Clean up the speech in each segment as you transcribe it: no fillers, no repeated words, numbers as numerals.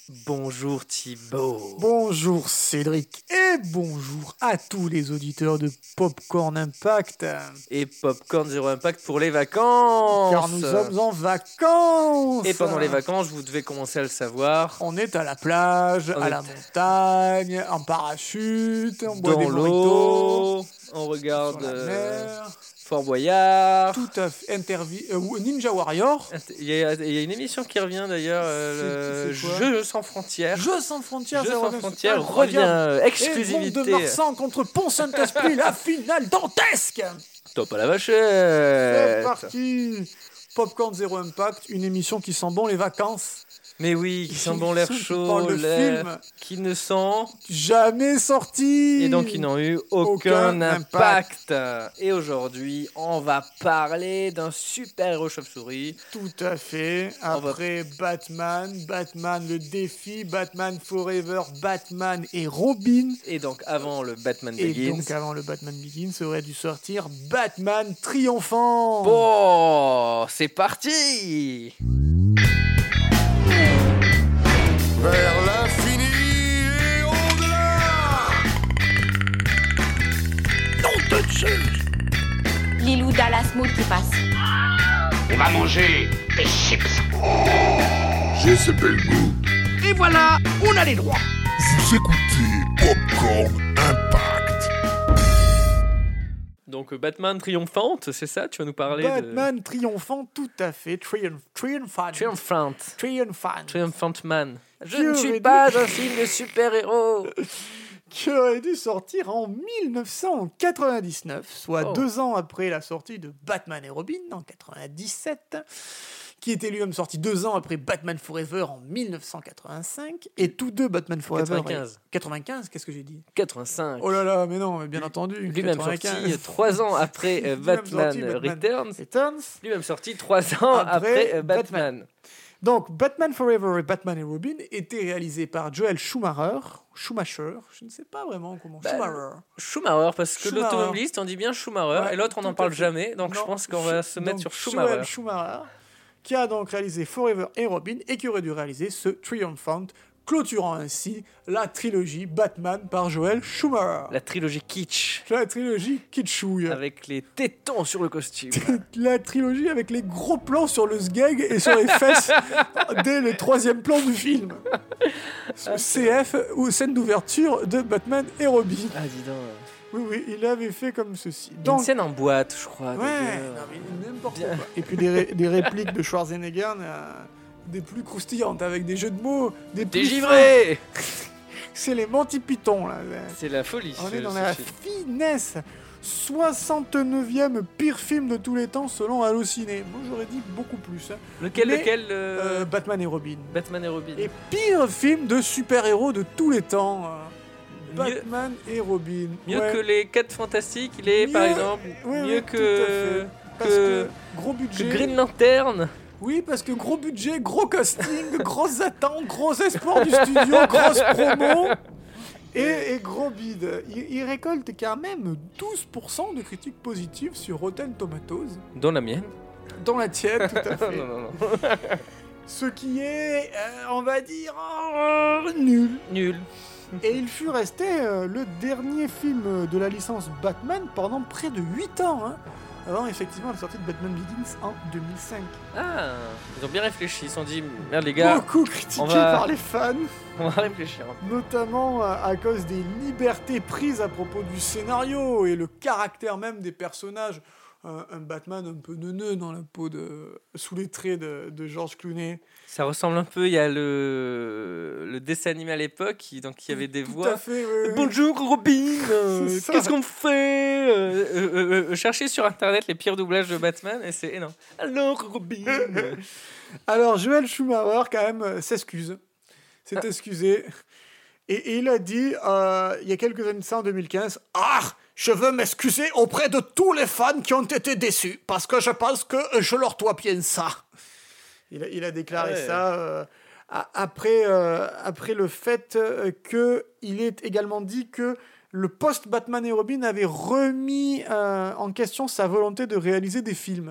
Bonjour Thibaut. Bonjour Cédric et bonjour à tous les auditeurs de Popcorn Impact. Et Popcorn Zero Impact pour les vacances. Car nous sommes en vacances. Et pendant les vacances, vous devez commencer à le savoir. On est à la plage, à la montagne, en parachute, on boit dans des l'eau, mojitos, on regarde sur la mer. Fort Boyard. Tout à fait. Ninja Warrior. Il y a une émission qui revient d'ailleurs, c'est quoi Jeux sans frontières. Jeux sans frontières, Jeux sans frontières incroyable. revient, exclusivité. Et Mont de Marsan contre Pont-Saint-Esprit, la finale dantesque. Top à la vachette. C'est parti. Popcorn Zero Impact, une émission qui sent bon les vacances. Mais oui, qui sent bon l'air chaud, parle de l'air film qui ne sent jamais sorti. et donc ils n'ont eu aucun impact. Et aujourd'hui, on va parler d'un super-héros chauve-souris. Tout à fait. Après Batman le défi, Batman Forever, Batman et Robin. Et donc avant le Batman Begins. Aurait dû sortir Batman Triomphant. Bon, c'est parti. Vers l'infini et au-delà. Nom de Zeus. Lilou Dallas Mood qui passe. On va manger des chips. J'ai ce bel goût. Et voilà, on a les droits. Vous écoutez Popcorn Impact. Donc Batman triomphante, c'est ça? Tu vas nous parler Batman triomphant, tout à fait. Triomphant. Triumphant Man. Je ne suis pas un film de super-héros. Qui aurait dû sortir en 1999, soit 2 ans après la sortie de Batman et Robin en 97, qui était lui-même sorti 2 ans après Batman Forever en 1985, et tous deux Batman Forever... 95, qu'est-ce que j'ai dit? 85. Oh là là, mais non, mais bien entendu. Lui-même sorti 3 ans après Batman Returns. Lui-même sorti 3 ans après Batman. Donc, Batman Forever et Batman et Robin étaient réalisés par Joel Schumacher, je ne sais pas vraiment comment. Schumacher, parce que l'automobiliste, on dit bien Schumacher, et l'autre, on n'en parle jamais, donc je pense qu'on va se mettre sur Schumacher. Joel Schumacher, qui a donc réalisé Forever et Robin, et qui aurait dû réaliser ce Triumphant, clôturant ainsi la trilogie Batman par Joel Schumacher. La trilogie kitsch. La trilogie kitschouille. Avec les tétons sur le costume. La trilogie avec les gros plans sur le sgeg et sur les fesses dès le 3e plan du film. CF ou scène d'ouverture de Batman et Robin. Ah, dis donc. Oui, il avait fait comme ceci. Donc, une scène en boîte, je crois. Ouais, non, mais n'importe quoi. Et puis des répliques de Schwarzenegger... des plus croustillantes, avec des jeux de mots, des givrés. C'est les Monty Python, là. C'est la folie. On est dans la finesse. 69e pire film de tous les temps selon Allociné. Moi, j'aurais dit beaucoup plus. Hein. Lequel Batman et Robin. Batman et Robin. Et pire film de super-héros de tous les temps. Batman et Robin. Mieux que les 4 Fantastiques, il est, par exemple, mieux que gros budget. Que Green Lantern. Oui, parce que gros budget, gros casting, grosses attentes, gros espoir du studio, grosse promo et gros bide. Il récolte quand même 12% de critiques positives sur Rotten Tomatoes. Dans la mienne. Dans la tienne, tout à fait. non. Ce qui est, on va dire, nul. Et il fut resté le dernier film de la licence Batman pendant près de 8 ans, hein. Avant, effectivement, la sortie de Batman Begins en 2005. Ah, ils ont bien réfléchi, ils se sont dit, merde les gars... Beaucoup critiqué par les fans. On va réfléchir. Notamment à cause des libertés prises à propos du scénario et le caractère même des personnages. Un Batman un peu neuneux dans la peau sous les traits de George Clooney. Ça ressemble un peu, il y a le dessin animé à l'époque, donc il y avait des voix. Tout à fait, oui. Bonjour Robin, qu'est-ce qu'on fait? Cherchez sur internet les pires doublages de Batman et c'est énorme. Alors Robin. Alors Joel Schumacher quand même s'excuse. S'est excusé. Et il a dit, il y a quelques années de ça, en 2015, « Ah, je veux m'excuser auprès de tous les fans qui ont été déçus, parce que je pense que je leur dois bien ça. » Il a déclaré ça après le fait qu'il ait également dit que le post-Batman et Robin avait remis en question sa volonté de réaliser des films.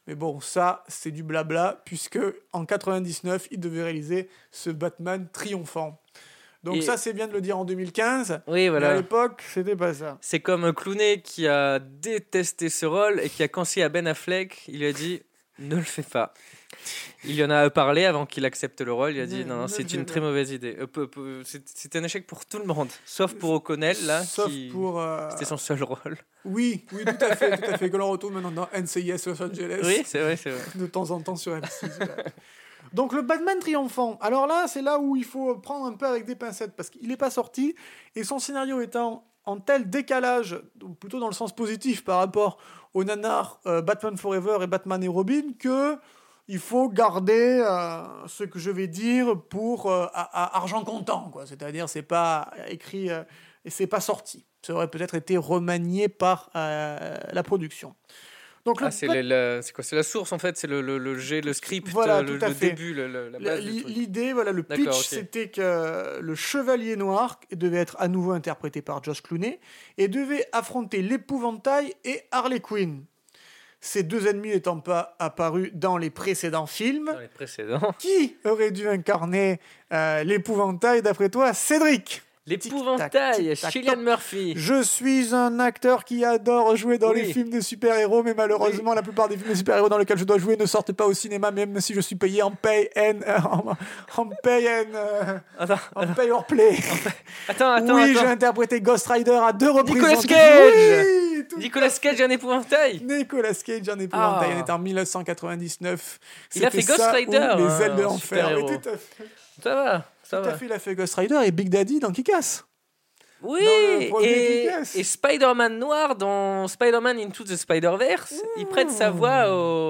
Mais bon, ça, c'est du blabla, puisque en 99, il devait réaliser ce Batman triomphant. Donc Et- ça, c'est bien de le dire en 2015. Oui, Mais à voilà. l'époque, c'était pas ça. C'est comme Clooney qui a détesté ce rôle et qui a conseillé à Ben Affleck, il lui a dit ne le fais pas. Il y en a parlé avant qu'il accepte le rôle, il a dit non, Ne c'est le fais une pas. très mauvaise idée. C'est un échec pour tout le monde, sauf pour O'Connell là, Sauf qui pour... c'était son seul rôle. Oui, tout à fait. Que l'on retrouve maintenant dans NCIS Los Angeles. Oui, c'est vrai, c'est vrai. De temps en temps sur M6. Voilà. Donc le Batman triomphant. Alors là, c'est là où il faut prendre un peu avec des pincettes parce qu'il n'est pas sorti et son scénario étant en tel décalage, ou plutôt dans le sens positif par rapport au nanar Batman Forever et Batman et Robin, que il faut garder ce que je vais dire pour à argent comptant, quoi. C'est-à-dire c'est pas écrit et c'est pas sorti. Ça aurait peut-être été remanié par la production. Donc Ah, c'est quoi? C'est la source en fait, c'est le script, Voilà, le tout à fait. début, la base du truc. L'idée, voilà, le pitch, D'accord, ok. c'était que le Chevalier Noir devait être à nouveau interprété par Josh Clooney et devait affronter l'Épouvantail et Harley Quinn. Ces deux ennemis n'étant pas apparus dans les précédents films, Dans les précédents. qui aurait dû incarner l'Épouvantail d'après toi, Cédric? L'Épouvantail, tic-tac, Cillian toc. Murphy. Je suis un acteur qui adore jouer dans Oui. les films de super-héros, mais malheureusement, la plupart des films de super-héros dans lesquels je dois jouer ne sortent pas au cinéma, même si je suis payé en pay or play. Attends. Oui, j'ai interprété Ghost Rider à 2 reprises. Nicolas en Cage. Oui, tout Nicolas à fait. Cage, un épouvantail. Nicolas Cage en épouvantail. Ah. On est en 1999. Il a C'était fait Ghost ça, Rider, ou Les hein, ailes de en l'enfer. Oui, super-héros. tout à fait. Ça va, ça Tout va. à fait, il a fait Ghost Rider et Big Daddy dans Kick-Ass. Oui, Dans le premier et, Kick-Ass. et Spider-Man noir dans Spider-Man Into the Spider-Verse, il prête sa voix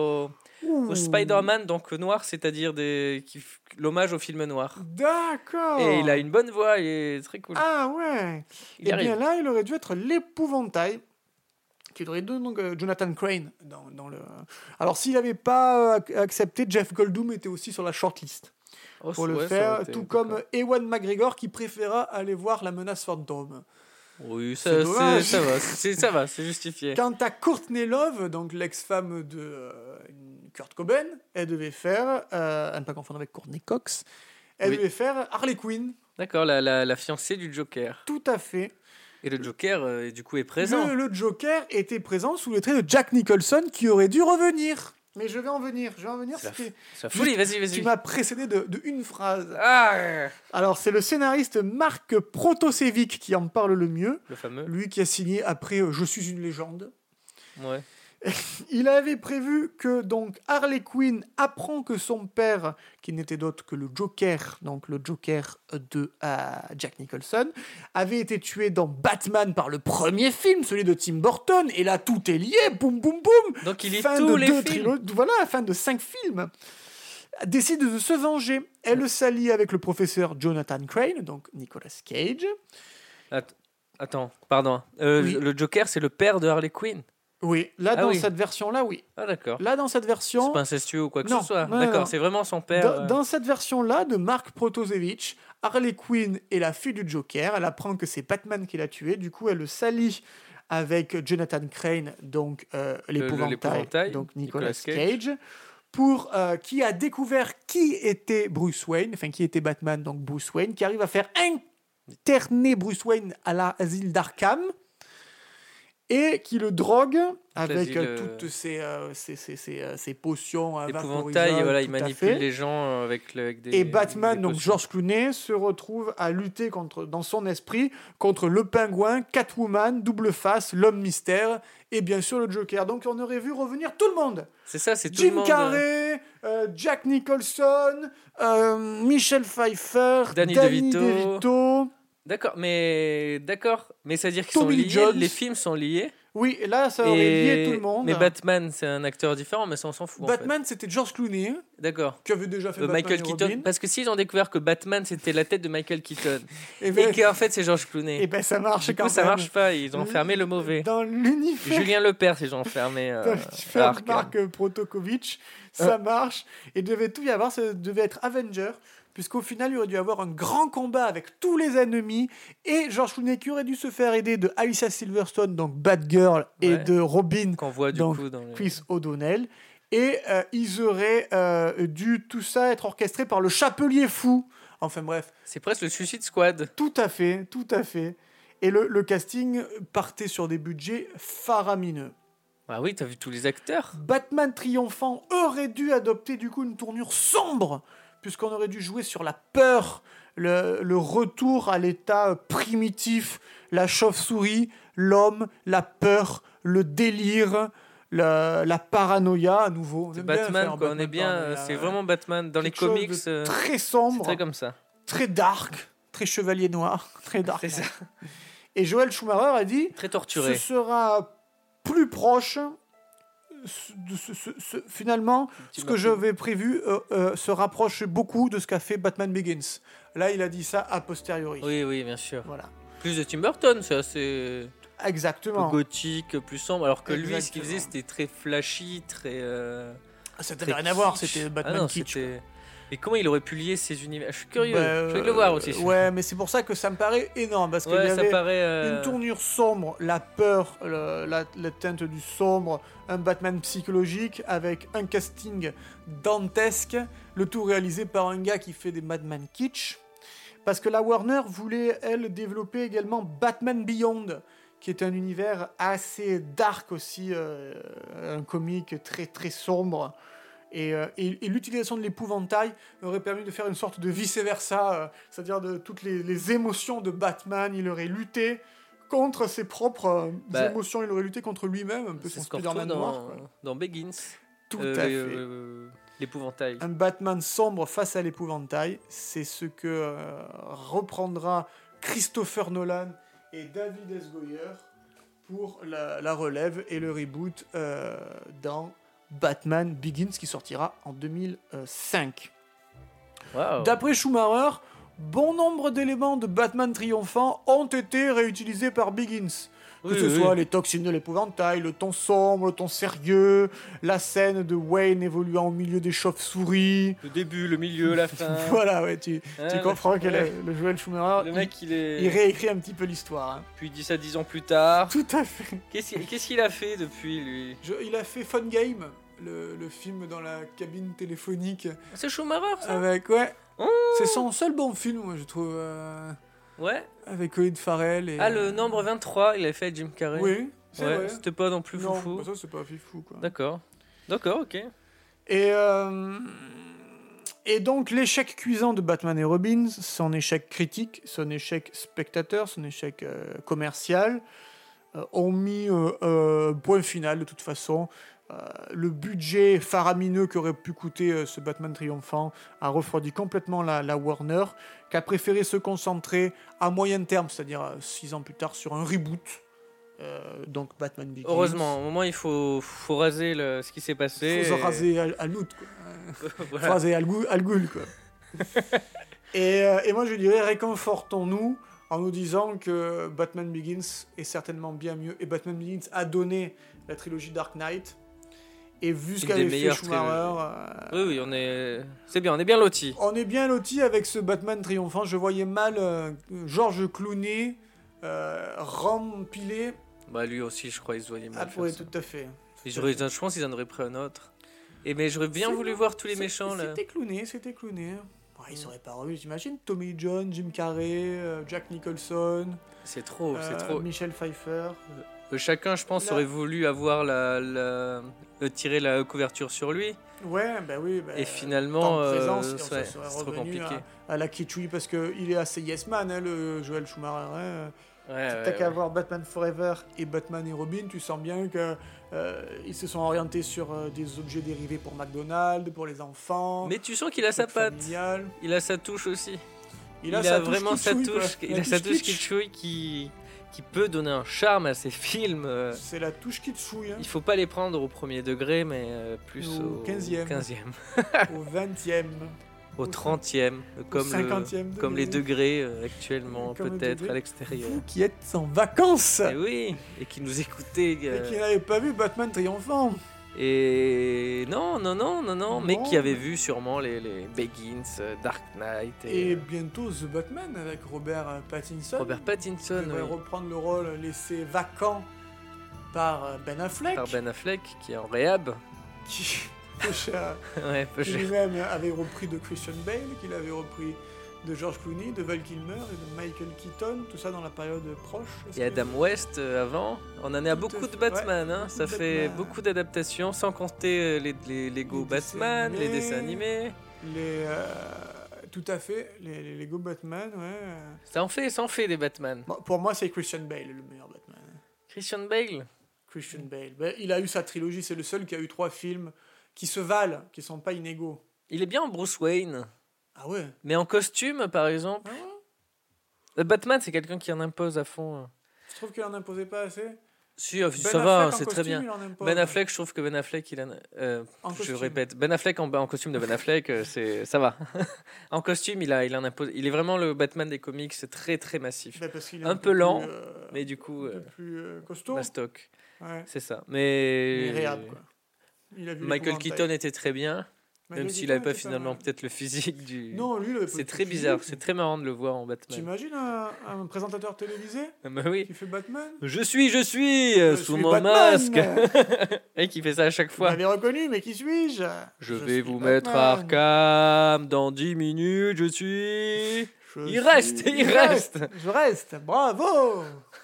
au Spider-Man, donc noir, c'est-à-dire l'hommage au film noir. D'accord. Et il a une bonne voix, il est très cool. Ah ouais. Il Et arrive. bien là, il aurait dû être l'épouvantail, qui aurait dû donc Jonathan Crane dans le. Alors s'il n'avait pas accepté, Jeff Goldblum était aussi sur la shortlist Oh, pour le ouais, ça faire, aurait été- tout d'accord. comme Ewan McGregor qui préféra aller voir La Menace fantôme. Oui, C'est ça dommage. ça va, c'est justifié. Quant à Courtney Love, donc l'ex-femme de Kurt Cobain, elle devait faire, à ne pas confondre avec Courtney Cox, elle Oui. devait faire Harley Quinn. D'accord, la fiancée du Joker. Tout à fait. Et le Joker, du coup, est présent. Le Joker était présent sous les traits de Jack Nicholson qui aurait dû revenir. Mais je vais en venir. C'est la Juste, folie, vas-y. Tu m'as précédé de une phrase. Ah, Alors, c'est le scénariste Marc Protosevic qui en parle le mieux. le fameux. Lui qui a signé après Je suis une légende. Ouais. Il avait prévu que donc Harley Quinn apprend que son père, qui n'était d'autre que le Joker, donc le Joker de Jack Nicholson, avait été tué dans Batman par le premier film, celui de Tim Burton. Et là, tout est lié. Boum, boum, boum. Donc il lit Fin tous de les 2 films. trilogies. Voilà, fin de 5 films. Décide de se venger. Elle le s'allie avec le professeur Jonathan Crane, donc Nicolas Cage. Attends, pardon. Oui. Le Joker, c'est le père de Harley Quinn. Oui, là, Ah dans oui. cette version-là, oui. Ah, d'accord. Là, dans cette version... C'est pas incestueux ou quoi que Non, ce soit. non, non. D'accord, c'est vraiment son père. Dans cette version-là de Mark Protasevich, Harley Quinn est la fille du Joker. Elle apprend que c'est Batman qui l'a tué. Du coup, elle le s'allie avec Jonathan Crane, donc l'épouvantail, l'épouvantail, donc Nicolas Nicolas Cage, pour qui a découvert qui était Bruce Wayne, enfin qui était Batman, donc Bruce Wayne, qui arrive à faire interner Bruce Wayne à l'asile d'Arkham et qui le drogue avec L'asile, toutes ces potions L'épouvantail, voilà, il tout à manipule fait. les gens avec des. Et Batman, des donc potions. George Clooney, se retrouve à lutter dans son esprit contre le Pingouin, Catwoman, Double Face, l'Homme Mystère et bien sûr le Joker. Donc on aurait vu revenir tout le monde. C'est ça, c'est tout le Jim monde. Carrey, Jack Nicholson, Michel Pfeiffer, Danny DeVito. D'accord, mais c'est-à-dire qu'ils sont Tommy liés. Jones. Les films sont liés. Oui, là ça aurait lié tout le monde. Mais Batman, c'est un acteur différent, mais ça on s'en fout. Batman, c'était George Clooney, en fait. D'accord. qui avait déjà fait Batman Michael et Keaton. Robin. Parce que s'ils ont découvert que Batman c'était la tête de Michael Keaton Et et ben, qu'en fait c'est George Clooney. et ben ça marche Du quand coup, ça même. marche pas. Ils ont fermé le mauvais. Dans l'univers Julien Lepers, ils ont fermé. dans l'univers Arkham. Mark Protokovic, ça marche. Et devait tout y avoir, ça devait être Avenger, puisqu'au final, il aurait dû y avoir un grand combat avec tous les ennemis, et George Clooney qui aurait dû se faire aider de Alicia Silverstone, donc Batgirl, et Ouais. de Robin, Qu'on voit du donc coup dans les... Chris O'Donnell. Et ils auraient dû tout ça être orchestré par le Chapelier Fou. Enfin bref. C'est presque le Suicide Squad. Tout à fait. Et le casting partait sur des budgets faramineux. Ah oui, t'as vu tous les acteurs. Batman triomphant aurait dû adopter du coup une tournure sombre, puisqu'on aurait dû jouer sur la peur, le retour à l'état primitif, la chauve-souris, l'homme, la peur, le délire, la paranoïa à nouveau. C'est Batman, quoi. On est bien. C'est vraiment Batman. Dans les comics, très sombre, c'est très comme ça. très dark, très chevalier noir, très dark. C'est ça. Et Joel Schumacher a dit Très torturé. ce sera plus proche. Finalement, ce que j'avais prévu se rapproche beaucoup de ce qu'a fait Batman Begins. Là, il a dit ça a posteriori. Oui, bien sûr. Voilà. Plus de Tim Burton, c'est assez Exactement. gothique, plus sombre. Alors que lui, ce qu'il Exactement. faisait, c'était très flashy, très. Ça très n'avait rien à voir, kitsch. c'était Batman Ah non, kitsch. c'était- Mais comment il aurait pu lier ces univers? Je suis curieux. Bah, Je vais le voir aussi. Ouais, mais c'est pour ça que ça me paraît énorme, parce qu'il y Ouais, ça avait paraît. une tournure sombre, la peur, la teinte du sombre, un Batman psychologique avec un casting dantesque, le tout réalisé par un gars qui fait des Batman kitsch. Parce que la Warner voulait, elle, développer également Batman Beyond, qui est un univers assez dark aussi, un comique très très sombre. Et l'utilisation de l'épouvantail aurait permis de faire une sorte de vice-versa, c'est-à-dire de toutes les émotions de Batman. Il aurait lutté contre ses propres émotions, il aurait lutté contre lui-même, un peu C'est son ce qu'on retrouve Spider-Man noir. dans Begins. Tout à fait. L'épouvantail. Un Batman sombre face à l'épouvantail, c'est ce que reprendra Christopher Nolan et David S. Goyer pour la relève et le reboot dans Batman Begins qui sortira en 2005. Waouh. D'après Schumacher, bon nombre d'éléments de Batman triomphant ont été réutilisés par Begins. Que ce soit les toxines de l'épouvantail, le ton sombre, le ton sérieux, la scène de Wayne évoluant au milieu des chauves-souris. Le début, le milieu, la fin. Voilà, ouais, tu Ouais, comprends que ouais. le Joel Schumacher, Le mec, il réécrit un petit peu l'histoire. Hein. Puis il dit ça 10 ans plus tard. Tout à fait. Qu'est-ce qu'il a fait depuis, lui? Il a fait Fun Game, le film dans la cabine téléphonique. C'est Schumacher, ça? Avec, ouais. Oh. C'est son seul bon film, moi, je trouve. Ouais. Avec Colin Farrell et... Ah, le nombre 23, il avait fait Jim Carrey. Oui, c'est Ouais, vrai. c'était pas non plus Non, foufou. bah ça, c'est pas fifou, quoi. D'accord, ok. Et donc, l'échec cuisant de Batman et Robin, son échec critique, son échec spectateur, son échec commercial, ont mis point final, de toute façon. Le budget faramineux qu'aurait pu coûter ce Batman triomphant a refroidi complètement la Warner, qui a préféré se concentrer à moyen terme, c'est-à-dire 6 ans plus tard, sur un reboot. Donc Batman Begins. Heureusement, au moment il faut raser ce qui s'est passé. Faut se raser à l'out, quoi. Voilà. Faut raser à Al-Ghul, quoi. et moi, je dirais, réconfortons-nous en nous disant que Batman Begins est certainement bien mieux. Et Batman Begins a donné la trilogie Dark Knight. Et vu ce Une qu'avait des fait meilleures Schumacher... Oui, c'est bien, on est bien lotis. On est bien lotis avec ce Batman triomphant. Je voyais mal George Clooney rempilé. Bah lui aussi, je crois, il se voyait mal. Oui, tout à fait. Je pense qu'ils en auraient pris un autre. Mais j'aurais bien voulu voir tous les méchants là. C'était Clooney. Ouais, ils seraient pas revenus, j'imagine. Tommy John, Jim Carrey, Jack Nicholson. C'est trop. Michel Pfeiffer. Chacun, je pense, Là. aurait voulu avoir tirer la couverture sur lui. Ouais, bah oui. Et finalement, temps présence, et on ouais, se serait c'est trop revenu compliqué. à la kitschouille parce qu'il est assez yes man, hein, le Joel Schumacher. Hein. T'as qu'à voir Batman Forever et Batman et Robin, tu sens bien que ils se sont orientés sur des objets dérivés pour McDonald's, pour les enfants. Mais tu sens qu'il a sa patte. Familial. Il a sa touche aussi. Il a sa vraiment touche sa kitschouille, quoi. touche. Il a sa touche kitschouille qui peut donner un charme à ses films. C'est la touche kitschouille. Hein. Il faut pas les prendre au premier degré, mais plus Au 15e. 15e. Au 20e. Au 30e, comme 50e comme les degrés actuellement, Comme le peut-être degré. à l'extérieur. Vous qui êtes en vacances Et oui, et qui nous écoutaient. et qui n'avez pas vu Batman triomphant. Et non, mais Non. qui avaient vu sûrement les Begins, Dark Knight Et bientôt The Batman avec Robert Pattinson. Robert Pattinson, Il devrait oui, reprendre le rôle laissé vacant par Ben Affleck. par Ben Affleck, qui est en réhab. Qui... peu cher. Ouais, peu Qui cher. lui-même avait repris de Christian Bale, qu'il avait repris de George Clooney, de Val Kilmer et de Michael Keaton, tout ça dans la période proche. Et Adam West avant. On en est à Tout beaucoup à de fait, Batman. ouais, Hein. beaucoup Ça de fait Batman. beaucoup d'adaptations, sans compter les Lego Les dessins Batman, les animés. dessins animés. Tout à fait, les Lego Batman, ouais. Ça en fait des Batman. Bon, pour moi, c'est Christian Bale le meilleur Batman. Christian Bale. Christian Bale. Ben, il a eu sa trilogie, c'est le seul qui a eu 3 films qui se valent, qui sont pas inégaux. Il est bien en Bruce Wayne. Ah ouais. Mais en costume, par exemple. Ah ouais. Batman, c'est quelqu'un qui en impose à fond. Je trouve qu'il en imposait pas assez. Si, Ben ça va, Affleck en c'est très costume, bien. il en impose. Ben Affleck, je trouve que Ben Affleck, En je costume. répète, Ben Affleck en costume de Ben Affleck, ça va. En costume, il en impose. Il est vraiment le Batman des comics, c'est très très massif. Ben, parce qu'il est Un peu lent, plus, Mais du coup, un peu plus costaud. mastoc, Ouais. c'est ça. Mais Mais réel, quoi. Il a vu Michael l'épouvantail. Keaton était très bien, Michael même s'il Keaton n'avait pas était finalement mal. peut-être le physique du. Non, lui, il avait pas C'est le très physique. bizarre, c'est très marrant de le voir en Batman. T'imagines un présentateur télévisé Ah bah oui. qui fait Batman Je suis Je sous suis mon Batman. masque. Et qui fait ça à chaque Vous fois. m'avez reconnu, mais qui suis-je Je vais suis vous mettre à Batman. Arkham dans 10 minutes, je suis... Il reste. Je reste, bravo.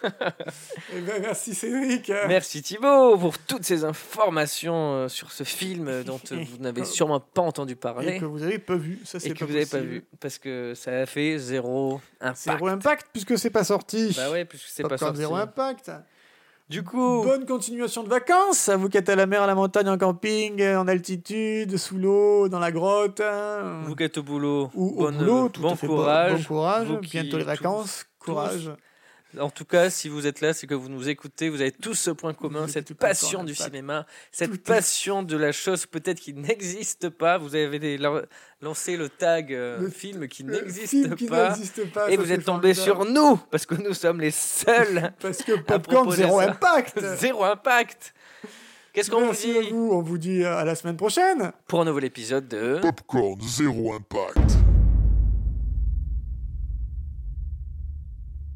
Eh ben, merci Cédric. Merci Thibaut pour toutes ces informations sur ce film dont vous n'avez sûrement pas entendu Et parler que vous avez pas vu, ça et c'est que pas vous n'avez pas possible. vu parce que ça a fait zéro impact. Zéro impact puisque c'est pas sorti. Bah ouais, puisque c'est pas Popcorn, sorti. zéro impact. Du coup, Bonne continuation de vacances, à vous qui êtes à la mer, à la montagne, en camping, en altitude, sous l'eau, dans la grotte. Hein. vous qui êtes au boulot, Ou au boulot, tout bon à fait, courage. bon courage, Vous qui- bientôt les vacances, courage. En tout cas, si vous êtes là, c'est que vous nous écoutez, vous avez tous ce point commun, Vous cette écoutez passion encore du l'impact. cinéma, cette Tout est- passion de la chose peut-être qui n'existe pas. Vous avez lancé le tag Le film qui Le n'existe film qui pas. n'existe pas, Et ça, vous c'est êtes tombé formidable. sur nous, parce que nous sommes les seuls. Parce que propos Popcorn, de zéro ça. impact. Zéro impact. Qu'est-ce qu'on vous Merci à dit vous, on vous dit à la semaine prochaine. pour un nouvel épisode de... Popcorn, zéro impact.